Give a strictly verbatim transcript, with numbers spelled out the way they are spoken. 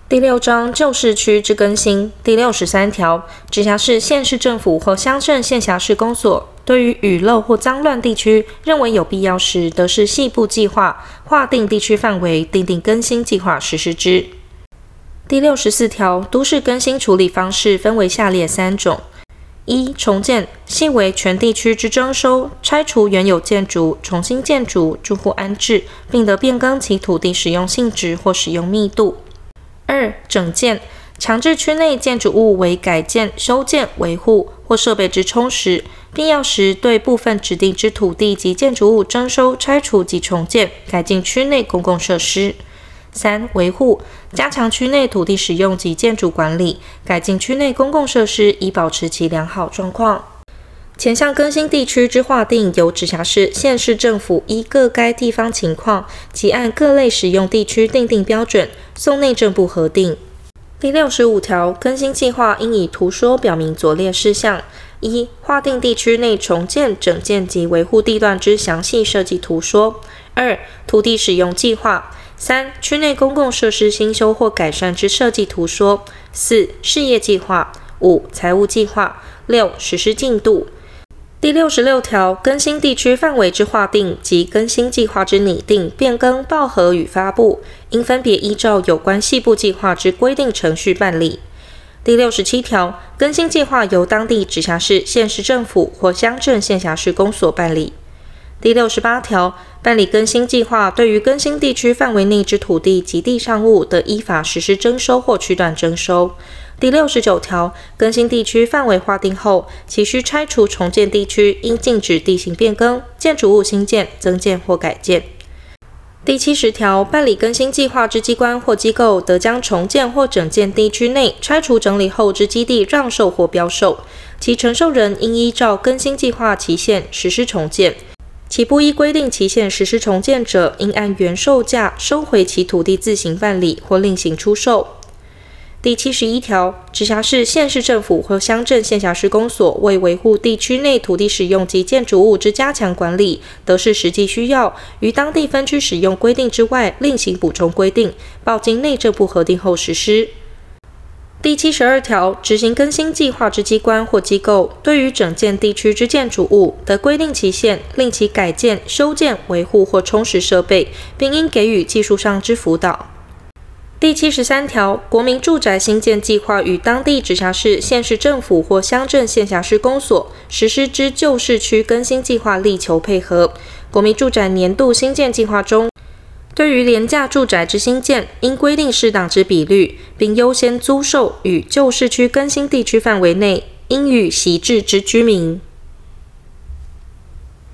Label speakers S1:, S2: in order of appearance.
S1: 第六章旧市区之更新第六十三条，直辖市、县市政府或乡镇县辖市公所，对于雨漏或脏乱地区，认为有必要时，得视细部计划，划定地区范围，订定更新计划实施之。第六十四条，都市更新处理方式分为下列三种：一、重建，系为全地区之征收、拆除原有建筑、重新建筑、住户安置，并得变更其土地使用性质或使用密度。二、整建，强制区内建筑物为改建、修建、维护或设备之充实，必要时对部分指定之土地及建筑物征收、拆除及重建、改进区内公共设施。三、维护，加强区内土地使用及建筑管理，改进区内公共设施，以保持其良好状况。前项更新地区之划定，由直辖市、县市政府依各该地方情况及按各类使用地区订定标准，送内政部核定。第六十五条，更新计划应以图说表明左列事项：一、划定地区内重建、整建及维护地段之详细设计图说；二、土地使用计划；三、区内公共设施新修或改善之设计图说；四、事业计划；五、财务计划；六、实施进度。第六十六条，更新地区范围之划定及更新计划之拟定、变更、报核与发布，应分别依照有关细部计划之规定程序办理。第六十七条，更新计划由当地直辖市、县市政府或乡镇县辖市公所办理。第六十八条，办理更新计划，对于更新地区范围内之土地及地上物，得依法实施征收或区段征收。第六十九条，更新地区范围划定后，其需拆除重建地区，应禁止地形变更、建筑物新建、增建或改建。第七十条，办理更新计划之机关或机构，得将重建或整建地区内拆除整理后之基地让售或标售，其承受人应依照更新计划期限实施重建。其不依规定期限实施重建者，应按原售价收回其土地自行办理或另行出售。第七十一条，直辖市、县市政府或乡镇县辖市公所为维护地区内土地使用及建筑物之加强管理，得视实际需要，于当地分区使用规定之外，另行补充规定，报经内政部核定后实施。第七十二条，执行更新计划之机关或机构，对于整建地区之建筑物，得规定期限，令其改建、修建、维护或充实设备，并应给予技术上之辅导。第七十三条，国民住宅新建计划与当地直辖市、县市政府或乡镇县辖市公所实施之旧市区更新计划力求配合。国民住宅年度新建计划中，对于廉价住宅之新建，应规定适当之比率，并优先租售与旧市区更新地区范围内应予习置之居民。